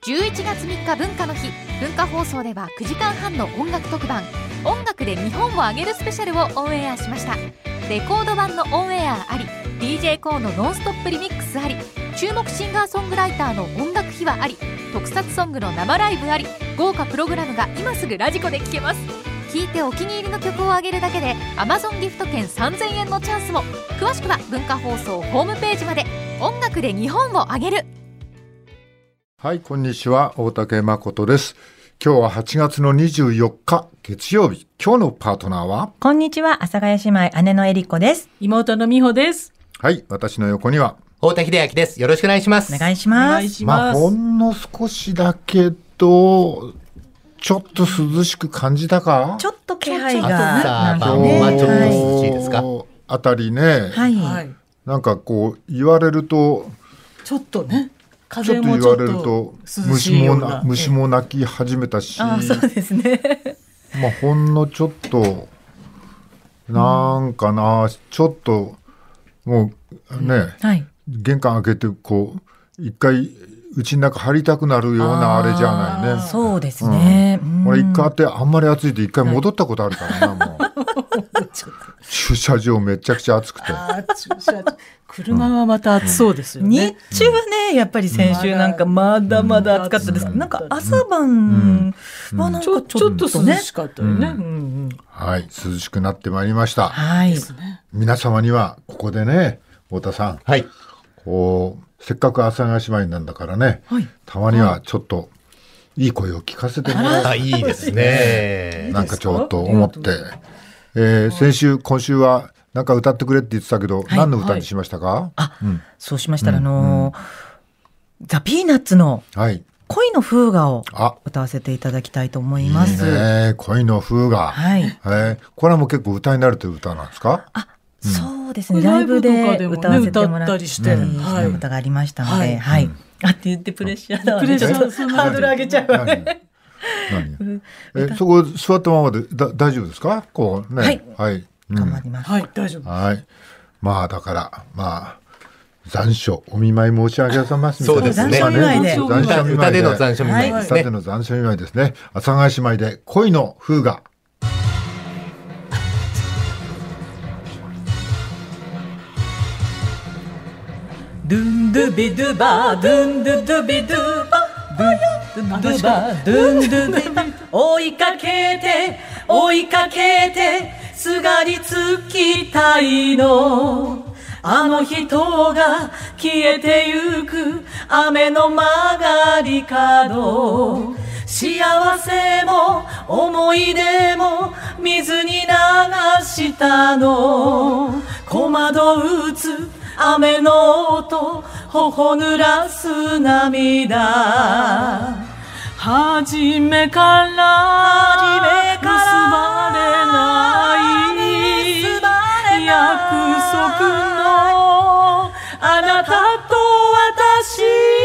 11月3日文化の日、文化放送では9時間半の音楽特番音楽で日本をあげるスペシャルをオンエアしました。レコード版のオンエアあり、 DJ コーのノンストップリミックスあり、注目シンガーソングライターの音楽秘話あり、特撮ソングの生ライブあり、豪華プログラムが今すぐラジコで聴けます。聴いてお気に入りの曲をあげるだけで Amazon ギフト券3000円のチャンスも。詳しくは文化放送ホームページまで。音楽で日本をあげる。 はい、こんにちは、大竹誠です。今日は8月の24日月曜日。今日のパートナーは、 こんにちは、阿佐ヶ谷姉妹姉のえりこです。 妹の美穂です。 はい、私の横には太田秀明です。よろしくお願いします。 お願いします。 ほんの少しだけどちょっと涼しく感じたか。 ちょっと気配がなんかね、 ちょっと涼しいですか。 あたりね、 はい、 なんかこう言われるとちょっとね、 風もちょっと言われると虫も鳴き始めたし、 そうですね。 ほんのちょっとなんかな、ちょっともうね、玄関開けてこう一回家の中入りたくなるようなあれじゃないね。 そうですね。 俺一回あってあんまり暑いと一回戻ったことあるからな、もう駐車場めちゃくちゃ暑くて。 車はまた暑そうですよね。 日中はね、やっぱり先週なんかまだまだ暑かったですけど、なんか朝晩はなんかちょっと涼しかったよね。 はい、涼しくなってまいりました。 はい。 皆様にはここでね、太田さん、 はい、 こうせっかく阿佐ヶ谷姉妹なんだからね、たまにはちょっといい声を聞かせてもらう。 いいですね。 なんかちょっと思って、先週今週はなんか歌ってくれって言ってたけど、何の歌にしましたか。 そうしましたらザ・ピーナッツの恋の風雅を歌わせていただきたいと思います。 いいね、恋の風雅。これはもう結構歌になるという歌なんですか。 そうですね、ライブで歌わせてもらったりしてることがありましたので、って言ってプレッシャーだわね。ちょっとハードル上げちゃうわね。 そこ座ったままで大丈夫ですか。こうね、 頑張ります。 はい、大丈夫。 だから残暑お見舞い申し上げますみたいな。 そうですね。歌での残暑見舞いですね。 歌での残暑見舞いですね。阿佐ヶ谷姉妹で恋の風雅。 ドゥンドゥビドゥバドゥンドゥドゥビドゥバドゥンドゥバドゥンドゥビ追いかけてすがりつきたいの。あの人が消えてゆく雨の曲がり角。幸せも思い出も水に流したの。小窓打つ雨の音、頬濡らす涙。初めから結ばれない約束のあなたと私。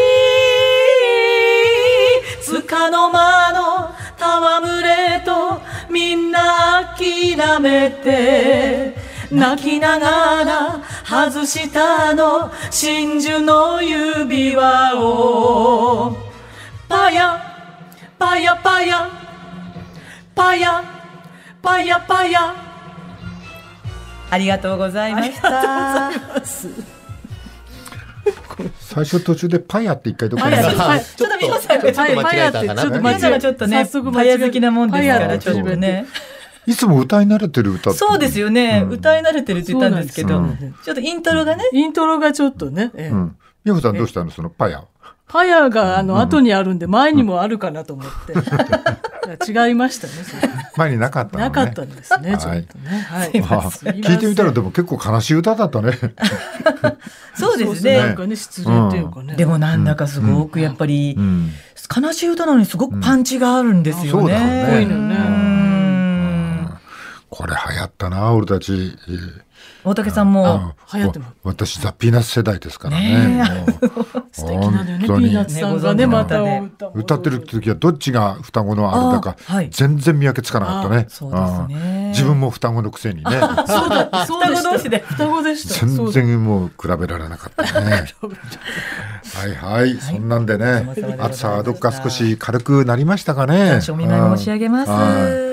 束の間の戯れとみんな諦めて、泣きながら外したの真珠の指輪を。パヤパヤパヤパヤパヤパヤ。ありがとうございました。 最初途中でパヤって一回どこかにちょっと皆さんが間違えたかな。 皆さんがちょっとね、パヤ好きなもんですからちょっとね。 いつも歌い慣れてる歌って。 そうですよね、歌い慣れてるって言ったんですけど、ちょっとイントロがちょっとね。 美穂さんどうしたの、そのパヤ。 パヤが後にあるんで前にもあるかなと思って違いましたね。 前になかったのね。 なかったんですね。ちょっとね。 聞いてみたらでも結構悲しい歌だったね。 そうですね。 なんかね、失恋っていうかね。 でもなんだかすごくやっぱり悲しい歌なのにすごくパンチがあるんですよね。 そうだね。 これ流行ったな俺たち。 大竹さんも流行ってます。 私ザ・ピーナッツ世代ですからね。 素敵なんだよね、ピーナッツさんがね、また歌ってる時はどっちが双子のあれだか全然見分けつかなかったね。 そうですね。 自分も双子のくせにね。 そうだ、双子同士で。双子でした。 全然もう比べられなかったね。はいはい、そんなんでね、暑さはどっか少し軽くなりましたかね。 お見舞い申し上げます。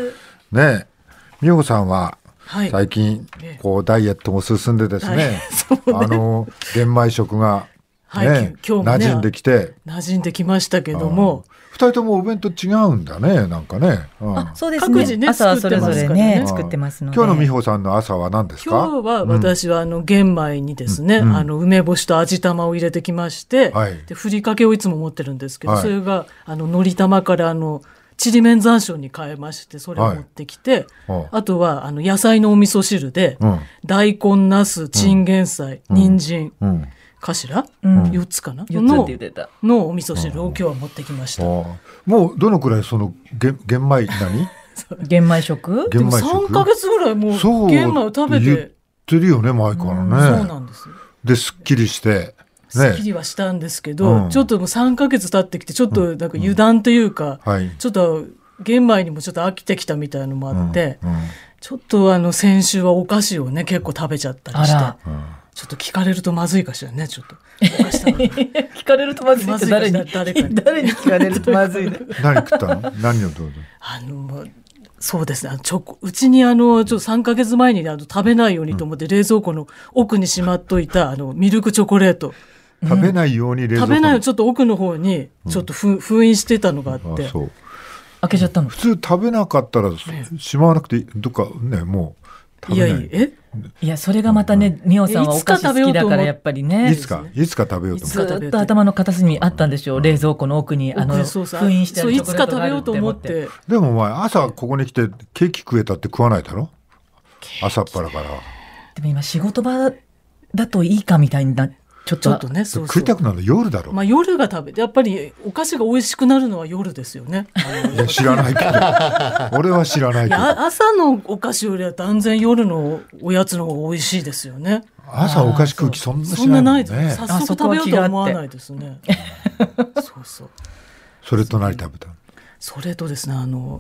ね、美穂さんは最近こうダイエットも進んでですね、玄米食がね馴染んできて、 馴染んできましたけども、 2人ともお弁当違うんだね、なんかね。 そうですね。朝はそれぞれね作ってますので。 今日の美穂さんの朝は何ですか？ 今日は私は玄米にですね、梅干しと味玉を入れてきまして、でふりかけをいつも持ってるんですけど、それがのり玉からちりめん山椒に変えまして、それを持ってきて、あとは野菜のお味噌汁で、大根、ナス、チンゲン菜、人参かしら、4つかなのお味噌汁を今日は持ってきました。 もうどのくらいその玄米玄米食でも3ヶ月ぐらいもう玄米を食べて言ってるよね、前からね。 そうなんです。 ですっきりしてすっきりはしたんですけど、ちょっともう3ヶ月経ってきて、ちょっとなんか油断というか、ちょっと玄米にもちょっと飽きてきたみたいなのもあって、ちょっと先週はお菓子をね結構食べちゃったりして、ちょっと聞かれるとまずいかしらね、ちょっと聞かれるとまずいって誰に聞かれるとまずいね。 何食ったの？何をどうぞ。 そうですね、うちにちょっと3ヶ月前に食べないようにと思って冷蔵庫の奥にしまっといたミルクチョコレート、 食べないように冷蔵庫、 食べないようにちょっと奥の方にちょっと封印してたのがあって、 開けちゃったの？ 普通食べなかったらしまわなくてどっかね、もう食べない。 いや、それがまたね、美穂さんはお菓子好きだからやっぱりね、 いつか食べようと思って、 ずっと頭の片隅にあったんでしょう、冷蔵庫の奥に封印してあるチョコレートがあるって思って。 でもお前朝ここに来てケーキ食えたって食わないだろ、朝っぱらから。 でも今仕事場だといいかみたいな、ちょっとね、 食いたくなるの夜だろ。 夜が食べて、やっぱりお菓子が美味しくなるのは夜ですよね。 いや知らないけど俺は知らないけど、 朝のお菓子よりは断然夜のおやつの方が美味しいですよね。 朝お菓子食う気そんなしないもんね。 早速食べようとは思わないですね。そうそれと何食べたの？ それとですね、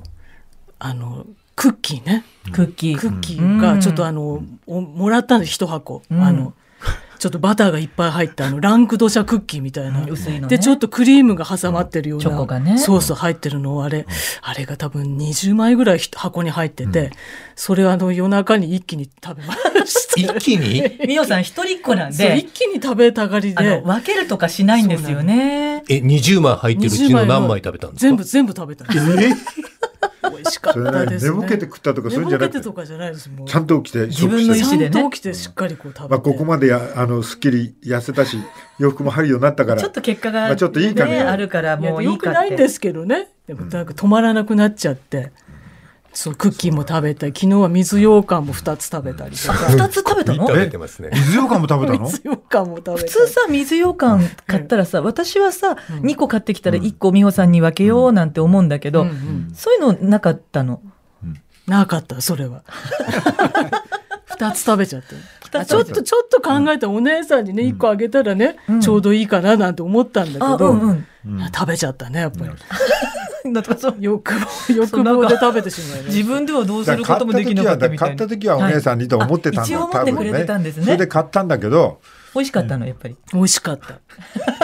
クッキーね、 クッキーがちょっともらったんです1箱、ちょっとバターがいっぱい入ったランクドシャクッキーみたいな、 薄いのね、 でちょっとクリームが挟まってるような、 チョコがね、 そう入ってるのをあれが多分20枚ぐらい箱に入ってて、それを夜中に一気に食べました。 一気に？ 美穂さん一人っ子なんで一気に食べたがりで分けるとかしないんですよね。 20枚入ってるうちの何枚食べたんですか？ 全部食べたんです。美味しかったですね。 寝ぼけて食ったとかそういうんじゃなくて、 寝ぼけてとかじゃないです。もうちゃんと起きて自分の意思でね、 ちゃんと起きてしっかりこう食べて、 ここまですっきり痩せたし洋服も入るようになったからちょっと結果が、 ちょっといいかね、 あるからもういいかって。 よくないんですけどね。でもなんか止まらなくなっちゃって、そうクッキーも食べたり、昨日は水羊羹も2つ食べたりとか。 2つ食べたの？ 食べてますね。 水羊羹も食べたの？ 水羊羹も食べた。 普通さ、水羊羹買ったらさ、私はさ、2個買ってきたら1個美穂さんに分けようなんて思うんだけど、そういうのなかったの？ なかった、それは。2つ食べちゃって。ちょっと考えたお姉さんにね、1個あげたらね、ちょうどいいかななんて思ったんだけど、食べちゃったね、やっぱり。欲望で食べてしまいました。 自分ではどうすることもできなかったみたいな。 買った時はお姉さんにと思ってたんだ、 一応思ってくれてたんですね。 それで買ったんだけど、 美味しかったの、やっぱり。 美味しかった。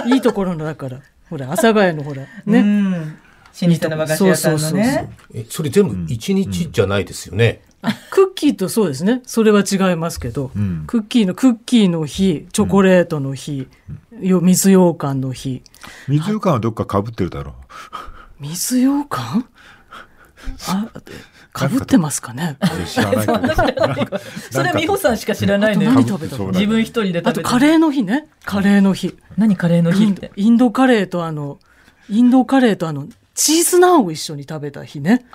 いいところのだから、ほら、阿佐ヶ谷のほら、ね。 老舗の和菓子屋さんのね。 それ全部1日じゃないですよね。 クッキーとそうですね、それは違いますけど、クッキーの日、チョコレートの日、水羊羹の日。 水羊羹はどっか被ってるだろう。 水羊羹？被ってますかね。 知らないけど。 それは美穂さんしか知らないのよ。 何食べたの？ 自分一人で食べて。 あとカレーの日ね。カレーの日。 何カレーの日って？ インドカレーとチーズナンを一緒に食べた日ね。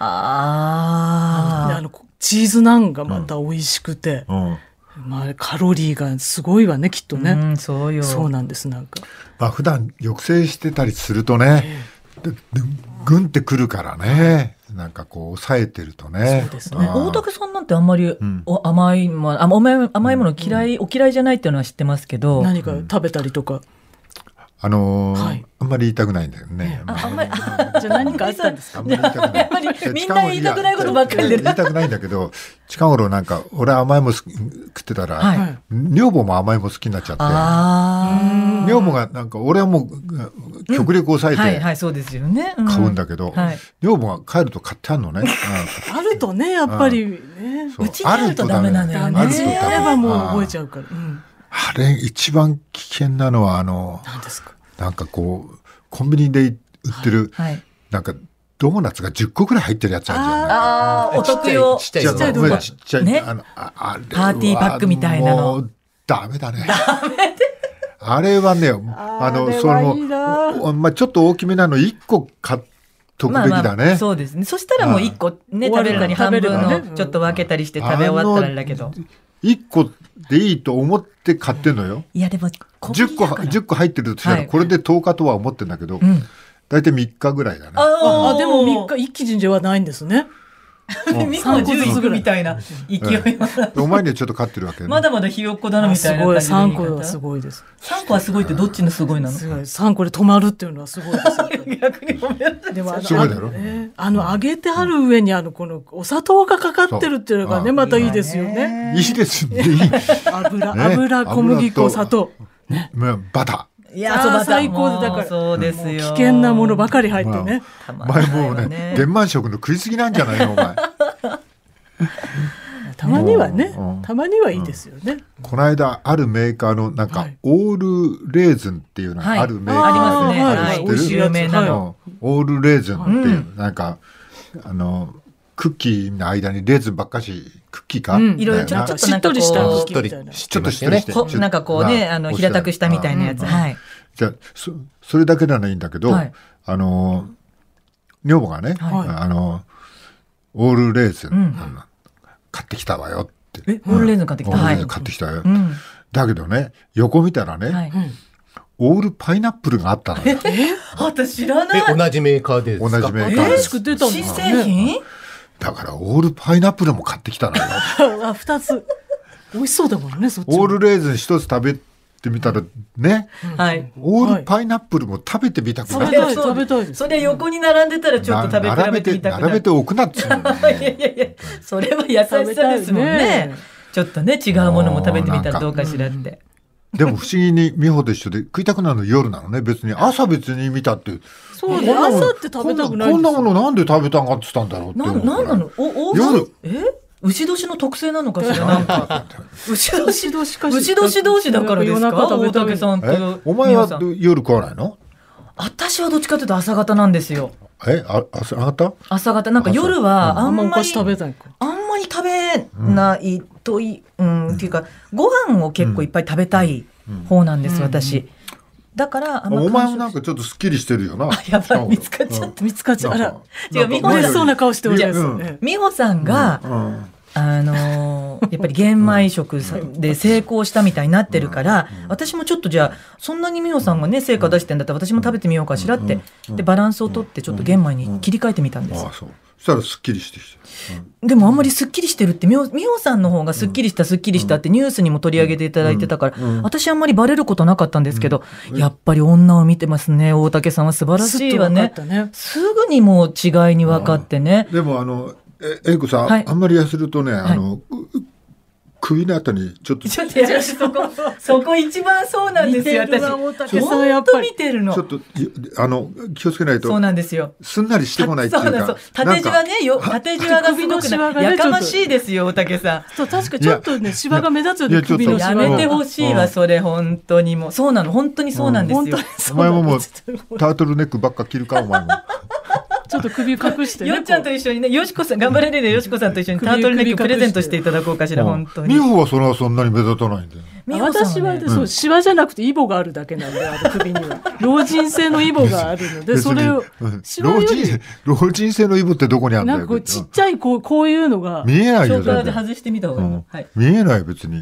チーズナンがまた美味しくて、カロリーがすごいわね、きっとね。そうなんです。なんか普段抑制してたりするとね、ぐんってくるからね。 なんかこう抑えてるとね。 そうですね。大竹さんなんてあんまり甘いものお嫌いじゃないっていうのは知ってますけど。 何か食べたりとか。 あんまり言いたくないんだよね。 あんまりじゃあ何かあったんですか。 やっぱりみんな言いたくないことばっかりで。 言いたくないんだけど、近頃なんか俺甘いも食ってたら、女房も甘いも好きになっちゃって、女房がなんか俺はもう極力抑えてそうですよね。 買うんだけど、女房が帰ると買ってあるのね。 あるとねやっぱりね。 うちにあるとダメなのよね。 あればもう覚えちゃうから。 あれ一番危険なのは何ですか。 なんかこうコンビニで売ってる、なんかドーナツが10個ぐらい入ってるやつあるじゃない。 お得用ちっちゃいパーティーパックみたいなの。 もうダメだね。あれはね、そのちょっと大きめなの1個買っとくべきだね。 そうですね。そしたらもう1個ね食べるのに半分のちょっと分けたりして食べ終わったらあれだけど。 1個でいいと思って買ってんのよ。 いやでも 10個入ってるとしたらこれで10日とは思ってんだけど、大体3日ぐらいだね。 でも3日一気にではないんですね。 3個ずつみたいな勢い。 お前にはちょっと勝ってるわけね。 まだまだひよっこだなみたいな感じで。 3個はすごいです。 3個はすごいってどっちのすごいなの ？3個で止まるっていうのはすごいです。 逆にごめんなさい。 でもすごいだろ。 揚げてある上にこのお砂糖がかかってるっていうのがねまたいいですよね。 いいですね。 油、小麦粉、砂糖、 バター。 いや最高でだからそうですよ。 危険なものばかり入ってね。 前もうね玄満食の食いすぎなんじゃないのお前。 たまにはね、たまにはいいですよね。 この間あるメーカーのなんかオールレーズンっていうのがあるメーカーありますね。有名なの。 オールレーズンっていうなんかクッキーの間にレーズンばっかしクッキーか、 いろいろちょっとしっとりしたクッキーみたいな。 ちょっとしっとりしてなんかこうね平たくしたみたいなやつ。 じゃあそれだけならいいんだけど、女房がねオールレーズン買ってきたわよって。 オールレーズン買ってきた。 買ってきたよ。だけどね横見たらねオールパイナップルがあったのよ。 私知らない。 同じメーカーでですか？ 同じメーカーで。 新製品？ だからオールパイナップルも買ってきたのよ。 2つ美味しそうだもんね。そっちオールレーズン1つ食べてみたらね、オールパイナップルも食べてみたくなった。 食べたいです。 それ横に並んでたらちょっと食べ比べてみたくなる。 並べておくなっつうの。 いやそれは優しさですもんね。ちょっとね違うものも食べてみたらどうかしらって。 でも不思議に美穂と一緒で食いたくなるの夜なのね。別に朝別に見たって。 そうね。朝って食べたくない。 こんなものなんで食べたんかって言ったんだろうって。 なんなの？夜。牛年の特性なのかしら。なんか牛年同士だからですか？大竹さんと。 お前は夜食わないの？ 私はどっちかというと朝方なんですよ。 朝方？ 朝方なんか夜はあんまり食べないとっていうかご飯を結構いっぱい食べたい方なんです私。だからお前もなんかちょっとすっきりしてるよな。 やばい見つかっちゃった。あら違う美穂そうな顔しております。 美穂さんがやっぱり玄米食で成功したみたいになってるから、私もちょっとじゃあそんなに美穂さんがね成果出してんだったら私も食べてみようかしらってでバランスをとってちょっと玄米に切り替えてみたんです。 そしたらすっきりしてきて、でもあんまりすっきりしてるって美穂さんの方がすっきりしたってニュースにも取り上げていただいてたから、私あんまりバレることなかったんですけど、やっぱり女を見てますね。大竹さんは素晴らしいわね。すぐにもう違いに分かってね。 でも英子さん、あんまり痩せるとね首のあたりちょっとそこ一番そうなんですよ。私本当見てるの。 ちょっと気をつけないと。 そうなんですよ。 すんなりしてこないっていうか。 縦じわね縦じわがすごくやかましいですよ大竹さん。 そう確かちょっとねシワが目立つよね首のシワ。 やめてほしいわそれ本当にもうそうなの本当にそうなんですよ。 お前ももうタートルネックばっか着るかお前も。 ちょっと首隠してね。 よっちゃんと一緒にね、よしこさん頑張れるねよしこさんと一緒にタートルネックプレゼントしていただこうかしら本当に。 美穂はそんなに目立たないんだよ。 私はそうシワじゃなくてイボがあるだけなんで首には老人性のイボがあるのでそれを老人性のイボってどこにあるんだよ。 なんかこうちっちゃいこういうのが見えないよ。 外で外してみた方がいい。 見えない別に。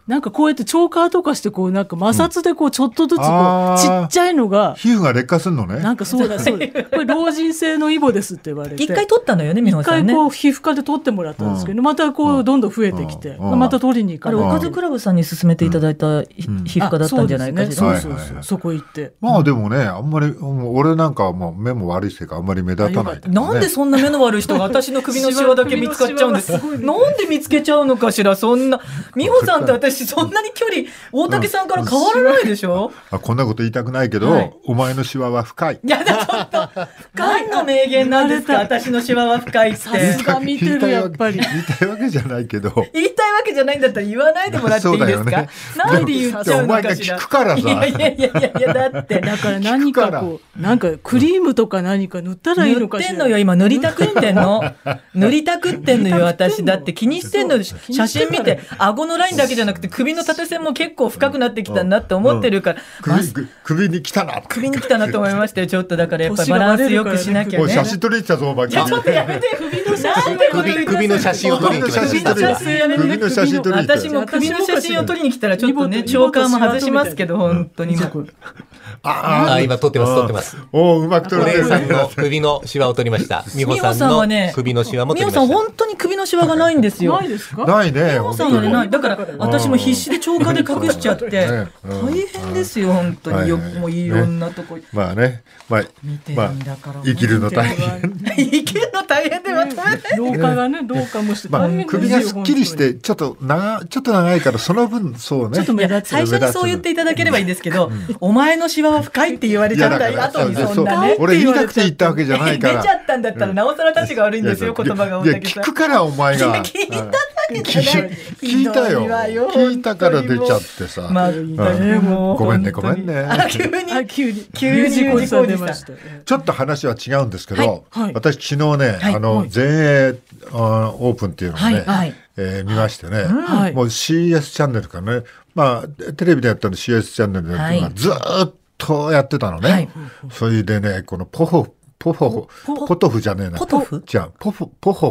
なんかこうやってチョーカーとかしてこうなんか摩擦でこうちょっとずつこうちっちゃいのが皮膚が劣化するのね。 なんかそうだこれ老人性のイボですって言われて一回取ったのよね、美穂さんね。 一回こう皮膚科で取ってもらったんですけど、またこうどんどん増えてきて、また取りに行かれて、 おかずクラブさんに勧めていただいた皮膚科だったんじゃないかしら。 そこ行って、 まあでもね、あんまり俺なんかはもう目も悪いせいかあんまり目立たない、 なんでそんな目の悪い人が私の首のシワだけ見つかっちゃうんですなんで見つけちゃうのかしら。そんな美穂さんと私そんなに距離大竹さんから変わらないでしょ。 こんなこと言いたくないけど、お前のシワは深い。 いやだちょっと何の名言なんですか。私のシワは深いって。さすが見てる。やっぱり言いたいわけじゃないけど、 言いたいわけじゃないんだったら言わないでもらっていいですか。なんで言っちゃうのかしら。 お前が聞くからさ。 いやだってだから何かこうなんかクリームとか何か塗ったらいいのかしら。 塗ってんのよ今。塗りたくってんの塗りたくってんのよ私。だって気にしてんの。写真見て顎のラインだけじゃなくて首の縦線も結構深くなってきたなって思ってるから、 首に来たなと思いましたよ。ちょっとだからやっぱりバランスよくしなきゃね。 写真撮りに来たぞお前。 ちょっとやめて。 首の写真を撮りに来ました。 首の写真撮りに来た。 私も首の写真を撮りに来たらちょっとねチョーカーも外しますけど本当に。 今撮ってます。 うまく撮れてる。 お姉さんの首のシワを撮りました。美穂さんの首のシワも撮りました。 美穂さん本当に首のシワがないんですよ。 ないですか。 ないね。 美穂さんはねない。だから私も必死でチョーカーで隠しちゃって大変ですよ本当に。もういろんなとこ。 まあね、まあ生きるの大変。 生きるの大変でまとめない。 老化がね、老化もして大変。 首がすっきりしてちょっと長いからその分そうね。 ちょっと目立つ。 最初にそう言っていただければいいんですけど、お前のシワは深いって言われちゃったら後にそんなね。 俺言いたくて言ったわけじゃないから。 出ちゃったんだったらなおさらたちが悪いんですよ言葉が大竹さん。 聞くからお前が。 聞いたわけじゃない。 聞いたよ。聞いたから出ちゃってさ。ごめんね。 急に事故出ました。 ちょっと話は違うんですけど、私昨日ね全英オープンっていうのをね見ましてね、もう CS チャンネルからね、まあテレビでやったの CS チャンネルでずっとやってたのね。それでねこのポトフじゃねえな。ポトフじゃポポ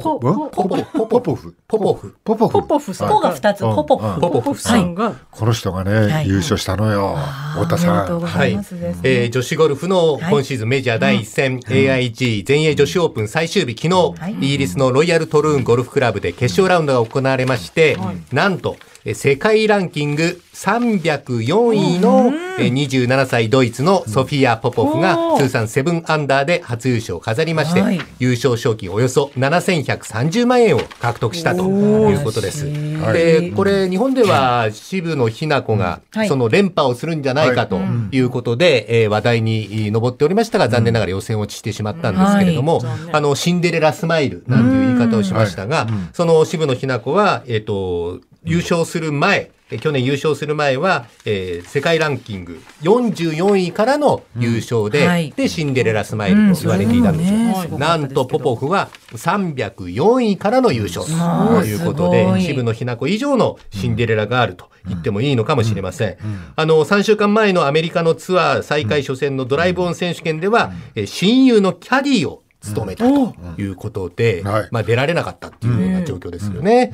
フポが2つポポフさんがこの人がね優勝したのよ。太田さん。 女子ゴルフの今シーズンメジャー第1戦 AIG 全英女子オープン最終日、昨日イギリスのロイヤルトルーンゴルフクラブで決勝ラウンドが行われまして、なんと世界ランキング304位の27歳ドイツのソフィア・ポポフが通算7アンダーで初優勝を飾りまして、優勝賞金およそ7130万円を獲得したということです。でこれ日本では渋野日向子がその連覇をするんじゃないかということで話題に上っておりましたが、残念ながら予選落ちしてしまったんですけれども、シンデレラスマイルなんていう言い方をしましたが、その渋野日向子は優勝する前、去年優勝する前は、世界ランキング44位からの優勝で、でシンデレラスマイルと言われていたんですよ。なんとポポフは304位からの優勝ということで、渋野日向子以上のシンデレラガールと言ってもいいのかもしれません。3週間前のアメリカのツアー再開初戦のドライブオン選手権では、親友のキャディーを務めたということで、出られなかったっていうような状況ですよね。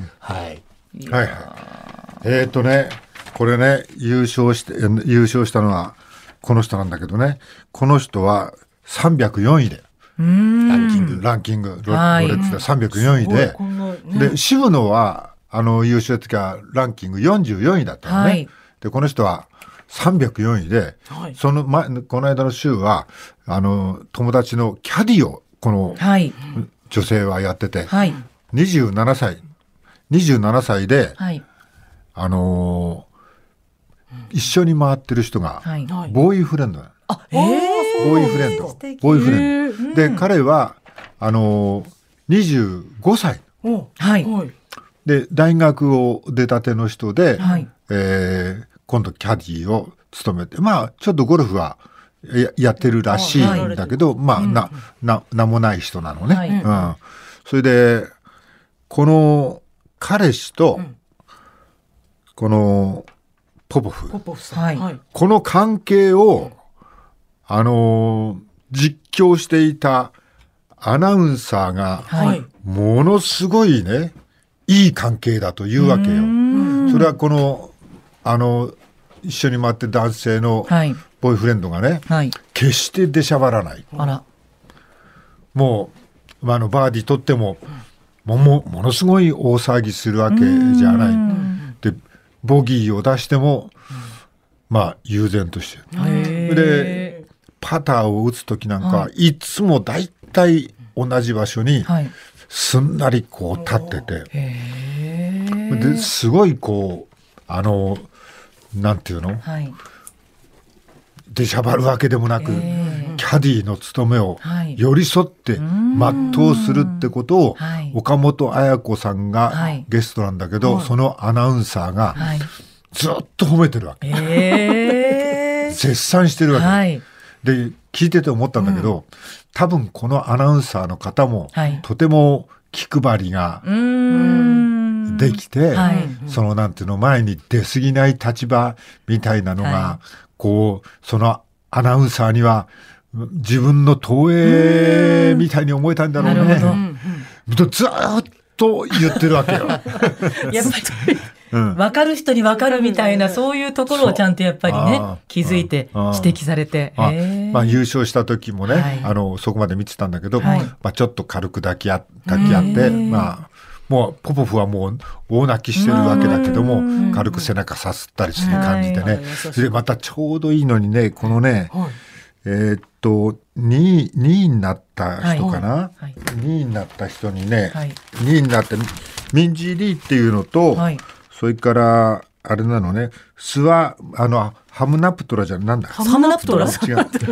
これね優勝したのはこの人なんだけどね、この人は304位でランキングロレッツで304位で、渋野は優勝した時はランキング44位だったのね。でこの人は304位で、この間の週は友達のキャディをこの女性はやってて、27歳で、一緒に回ってる人がボーイフレンドなの。ボーイフレンドで、彼は25歳で大学を出たての人で、今度キャディーを務めて、ちょっとゴルフはやってるらしいんだけど、名もない人なのね。それでこの彼氏とこのポポフ、この関係を実況していたアナウンサーがものすごいねいい関係だというわけよ。それはこの一緒に回ってる男性のボーイフレンドがね、決して出しゃばらない。もう、バーディー取ってもものすごい大騒ぎするわけじゃない。でボギーを出しても、悠然としてる。でパターを打つ時なんか、いつもだいたい同じ場所にすんなりこう立ってて、ですごいこうなんていうの、出しゃばるわけでもなく、キャディーの務めを寄り添って全うするってことを、岡本綾子さんがゲストなんだけど、そのアナウンサーがずっと褒めてるわけ、絶賛してるわけ、で聞いてて思ったんだけど、多分このアナウンサーの方も、とても気配りができて、そのなんていうの、前に出過ぎない立場みたいなのが、こうそのアナウンサーには自分の投影みたいに思えたんだろうね。ずっと言ってるわけよ。 やっぱり分かる人に分かるみたいな、そういうところをちゃんとやっぱりね、気づいて指摘されて、 優勝した時もね、そこまで見てたんだけど、ちょっと軽く抱き合って、もうポポフはもう大泣きしてるわけだけども、軽く背中さすったりする感じでね、それでまたちょうどいいのにね、このね、2位になった人かな、2位になった人にね、2位になってミンジー・リーっていうのと、それからあれなのね、ハムナプトラじゃなんだ、 ハムナプトラ、違う、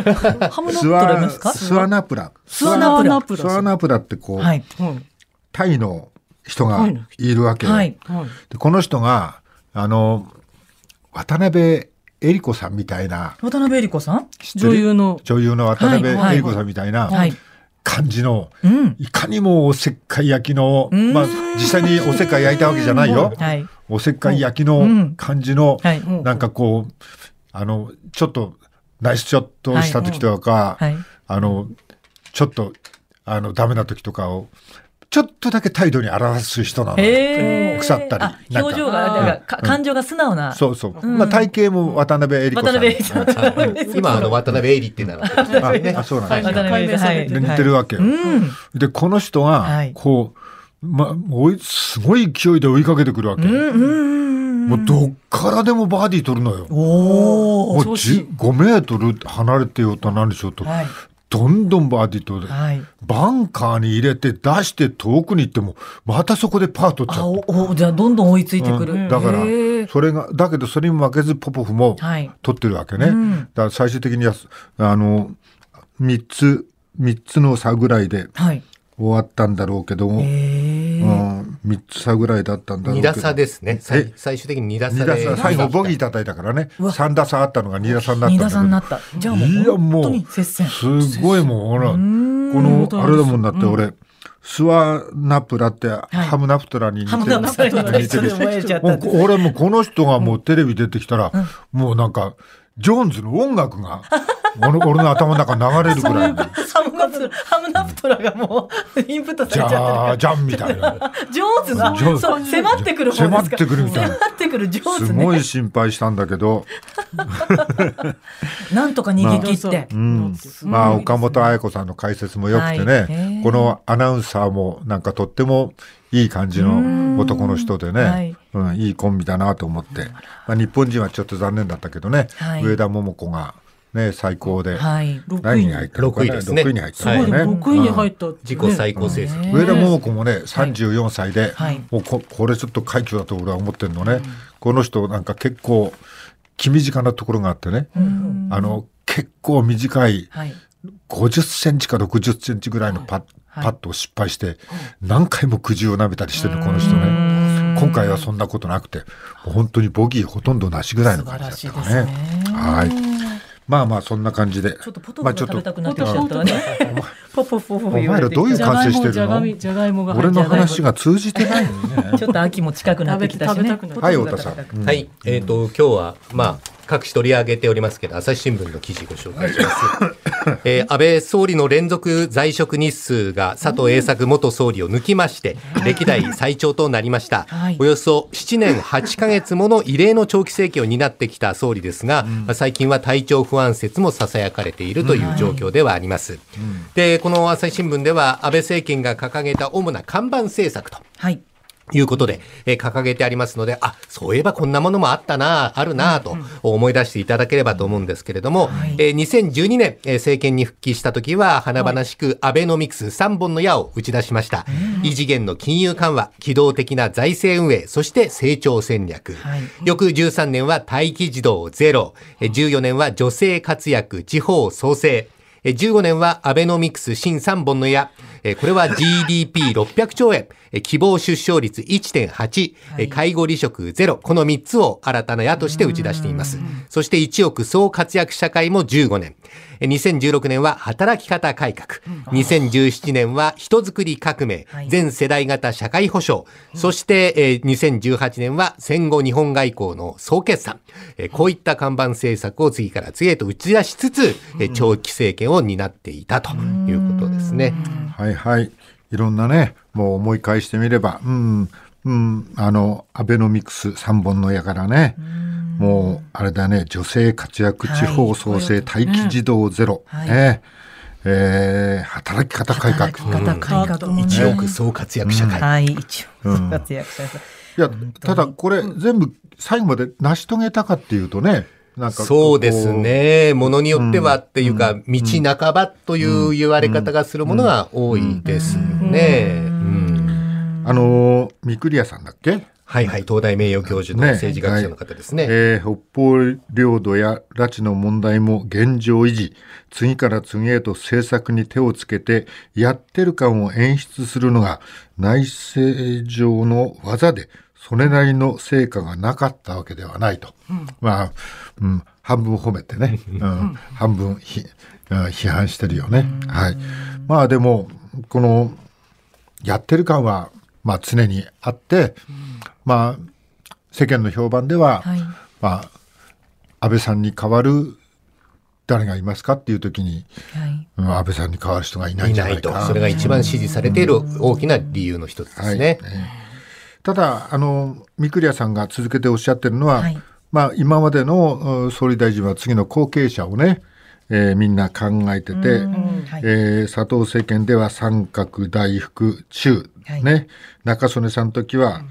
スワナプラってこう、タイの人がいるわけよ。でこの人が渡辺恵里子さんみたいな、 渡辺恵里子さん、 女優の渡辺恵里子さんみたいな感じの、いかにもおせっかい焼きの、実際におせっかい焼いたわけじゃないよ、おせっかい焼きの感じの、なんかこうちょっとナイスショットをした時とか、ちょっとダメな時とかをちょっとだけ態度に表す人なの。腐ったり。 表情が、感情が素直な。 そうそう。体型も渡辺恵里子さん。 今渡辺恵里ってなるわけですね。 そうなんです。似てるわけよ。で、この人が、こう、すごい勢いで追いかけてくるわけ。もうどっからでもバーディー取るのよ。もう5メートル離れてようと何でしょうと。どんどんバーディーと、バンカーに入れて出して遠くに行ってもまたそこでパー取っちゃう。 じゃあどんどん追いついてくる。 だからそれがだけどそれに負けずポポフも取ってるわけね。だから最終的には3つの差ぐらいで終わったんだろうけども、3つ差ぐらいだったんだろうけど、 2打差ですね。最終的に2打差で最後ボギー叩いたからね、3打差あったのが2打差になったんだけど、2打差になった。 じゃあもう本当に接戦。 すごいもん、ほらこのあれだもんだって、俺スワナプラってハムナプトラに似てる。俺もこの人がもうテレビ出てきたら、もうなんかジョーンズの音楽が俺の頭の中流れるぐらいハムナプトラがもうインプットされちゃってるから、 じゃんみたいな、 上手な、そう迫ってくる方ですか、 迫ってくるみたいな、 迫ってくる上手ね。 すごい心配したんだけどなんとか逃げ切って、 岡本綾子さんの解説もよくてね、このアナウンサーもなんかとってもいい感じの男の人でね、いいコンビだなと思って、日本人はちょっと残念だったけどね、上田桃子がね、最高で何位に入ったのかな、6位に入ったのかね、 6位に入った自己最高成績。 上田桃子もね34歳で、もうこれちょっと快挙だと俺は思ってるのね。この人なんか結構気短なところがあってね、結構短い50センチか60センチぐらいのパットを失敗して何回もくじを舐めたりしてるこの人ね。今回はそんなことなくて、もう本当にボギーほとんどなしぐらいの感じだったからね。はい、まあそんな感じで、 ちょっとポトフが食べたくなってきちゃったわね。 お前らどういう感性してるの？俺の話が通じてないのね。 ちょっと秋も近くなってきたしね。 はい、太田さん。 はい、今日は各紙取り上げておりますけど、朝日新聞の記事ご紹介します。安倍総理の連続在職日数が佐藤栄作元総理を抜きまして、歴代最長となりました。およそ7年8ヶ月もの異例の長期政権を担ってきた総理ですが、最近は体調不安説も囁かれているという状況ではあります。で、この朝日新聞では安倍政権が掲げた主な看板政策と、いうことで、掲げてありますので、そういえばこんなものもあったな、あるなと思い出していただければと思うんですけれども、2012年、政権に復帰した時は華々しくアベノミクス3本の矢を打ち出しました。異次元の金融緩和、機動的な財政運営、そして成長戦略。翌13年は待機児童ゼロ、14年は女性活躍、地方創生。15年はアベノミクス新3本の矢。これは GDP600 兆円、希望出生率 1.8、介護離職ゼロ。この3つを新たな矢として打ち出しています。そして1億総活躍社会も15年。2016年は働き方改革。2017年は人づくり革命。全世代型社会保障。そして2018年は戦後日本外交の総決算。こういった看板政策を次から次へと打ち出しつつ、長期政権を担っていたということですね。 はいはい。いろんなね、もう思い返してみれば、アベノミクス3本の矢からね、もうあれだね、女性活躍、地方創生、待機児童ゼロ、働き方改革、 1億総活躍社会。 1億総活躍社会。 いや、ただこれ全部最後まで成し遂げたかっていうとね、 なんかそうですね。ものによってはっていうか、道半ばという言われ方がするものが多いですね。 御厨さんだっけ？ はいはい、東大名誉教授の政治学者の方ですね。 北方領土や拉致の問題も現状維持、次から次へと政策に手をつけてやってる感を演出するのが内政上の技で、それなりの成果がなかったわけではないと。半分褒めてね、半分批判してるよね。はい。まあでも、このやってる感は常にあって、世間の評判では、安倍さんに代わる誰がいますかっていう時に、安倍さんに代わる人がいないんじゃないかな。 それが一番支持されている大きな理由の一つですね。 ただ御厨さんが続けておっしゃってるのは、今までの総理大臣は次の後継者をね、みんな考えてて、佐藤政権では三角大福中、中曽根さんの時は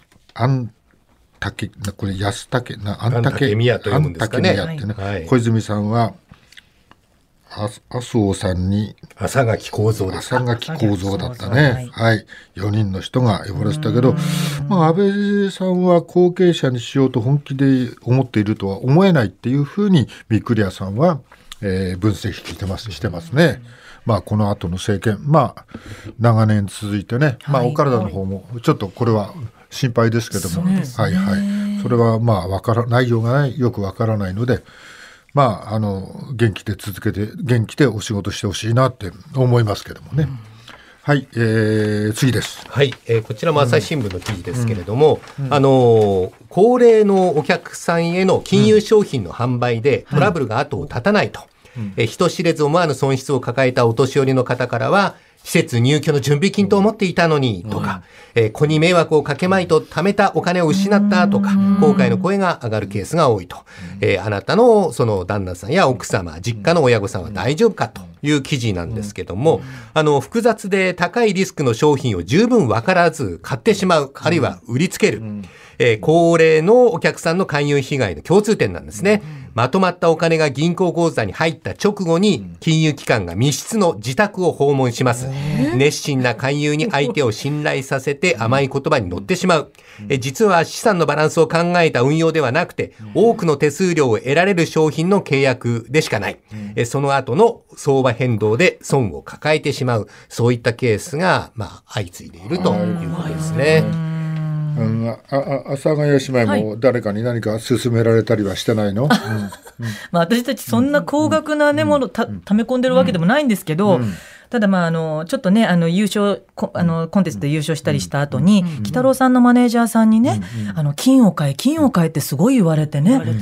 これ安武宮と読むんですかね。 小泉さんは麻生さんに浅垣幸三ですか。 浅垣幸三だったね。4人の人が呼ばれてたけど、安倍さんは後継者にしようと本気で思っているとは思えないっていうふうに御厨さんは、分析してますね。この後の政権、長年続いてね、お体の方もちょっとこれは心配ですけども、それは内容がよくわからないので、元気で続けて元気でお仕事してほしいなって思いますけどもね。次です。 こちらも朝日新聞の記事ですけれども、高齢のお客さんへの金融商品の販売でトラブルが後を絶たないと、人知れず思わぬ損失を抱えたお年寄りの方からは、施設入居の準備金と思っていたのにとか、子に迷惑をかけまいと貯めたお金を失ったとか、後悔の声が上がるケースが多いと。あなたのその旦那さんや奥様、実家の親御さんは大丈夫かという記事なんですけども、複雑で高いリスクの商品を十分分からず買ってしまう、あるいは売りつける。高齢のお客さんの勧誘被害の共通点なんですね。まとまったお金が銀行口座に入った直後に金融機関が密室の自宅を訪問します。熱心な勧誘に相手を信頼させて甘い言葉に乗ってしまう。実は資産のバランスを考えた運用ではなくて、多くの手数料を得られる商品の契約でしかない。その後の相場変動で損を抱えてしまう。そういったケースが相次いでいるということですね。 阿佐ヶ谷姉妹も誰かに何か勧められたりはしてないの？ 私たちそんな高額なものため込んでるわけでもないんですけど、ただちょっとね優勝コンテストで優勝したりした後に、鬼太郎さんのマネージャーさんにね、金を買えってすごい言われてね、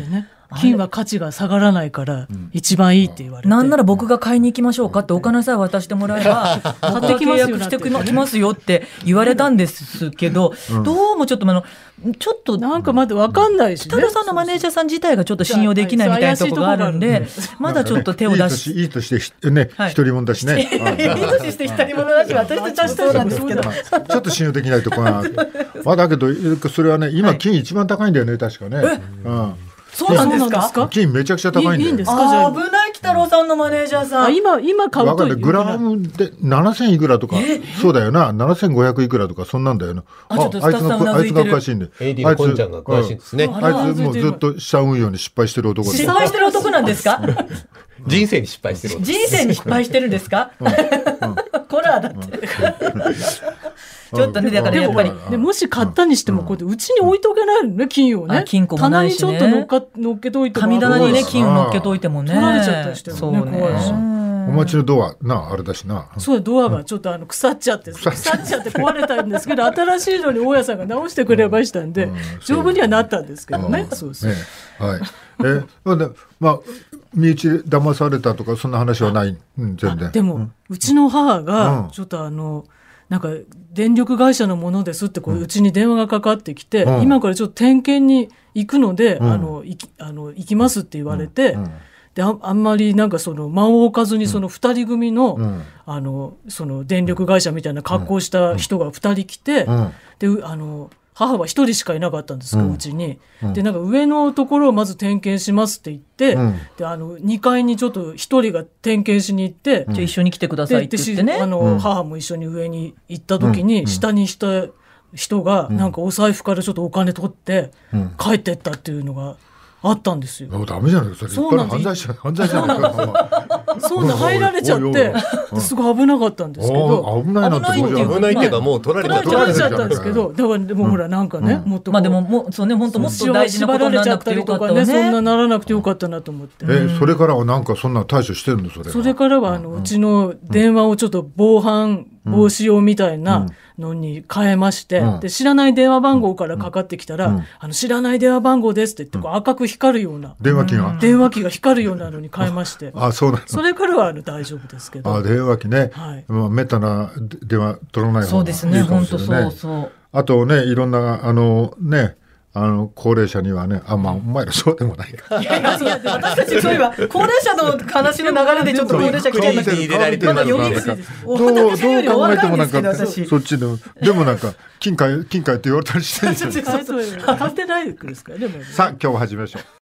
金は価値が下がらないから一番いいって言われて、 なんなら僕が買いに行きましょうかってお金さえ渡してもらえば買って契約してきますよって言われたんですけど、どうもちょっとなんかまだ分かんないし、ね、 北野さんのマネージャーさん自体がちょっと信用できないみたいなところがあるんで、まだちょっと手を出しいいとしてね、独り者だしね、 いい年して独り者だし、私たちもそうなんですけど、ちょっと信用できないところがだけどそれはね、今金一番高いんだよね、確かね。 そうなんですか。 金めちゃくちゃ高いんだよ。 いいんですか。じゃあ危ない、北郎さんのマネージャーさん。 今買うとグラムで7000いくらとか、そうだよな、7500いくらとかそんなんだよな。あいつが詳しいんで。 AD のコンちゃんが詳しいんですね。 あいつもうずっと資産運用に失敗してる男です。 失敗してる男なんですか。 人生に失敗してる。 人生に失敗してるんですか。コラーだって。ちょっとね、だからやっぱりもし買ったにしてもこうやってうちに置いとけないのね、金をね、 金庫もないしね、 棚にちょっと乗っけといても、 神棚にね金を乗っけといてもね、 取られちゃったりしてもね、怖いし。 お待ちのドアな、あれだしな。 そう、ドアがちょっと腐っちゃって壊れたんですけど、新しいのに大家さんが直してくれましたんで、丈夫にはなったんですけどね。そうそう。 はい。まあ身内で騙されたとかそんな話はない。全然。 でもうちの母がちょっとなんか電力会社のものですってうちに電話がかかってきて、今からちょっと点検に行くので行きますって言われて、であんまりなんか間を置かずに2人組のその電力会社みたいな格好した人が2人来て、で母は1人しかいなかったんですけど、うちに。でなんか上のところをまず点検しますって言って、で2階にちょっと1人が点検しに行って、 じゃあ一緒に来てくださいって言ってね、 母も一緒に上に行った時に、下にした人がなんかお財布からちょっとお金取って帰ってったっていうのがあったんですよ。 ダメじゃないですか。それ犯罪者じゃないか。 そうな、入られちゃってすごい危なかったんですけど、 危ないっていうかもう取られちゃったんですけど、だからでもほらなんかね、もっとでもそうね、本当もっと大事なことにならなくてよかったね。 そんなならなくてよかったなと思って。 それからはなんかそんな対処してるの？ それからはうちの電話をちょっと防犯防止用みたいなのに変えまして、で知らない電話番号からかかってきたら、知らない電話番号ですって言って赤く光るような電話機が光るようなのに変えまして、 そうなの。 それからは大丈夫ですけど。 電話機ね、めったな電話取らない方がいいかもしれない。 そうですね、本当そう。 あとね、いろんな高齢者にはね、お前らそうでもないか。 いや私たちそういえば高齢者の話の流れでちょっと高齢者来ちゃいました。 どう考えてもなんかそっちでもなんか金塊って言われたりしてるんですよ。 買ってないですかね。 さあ今日も始めましょう。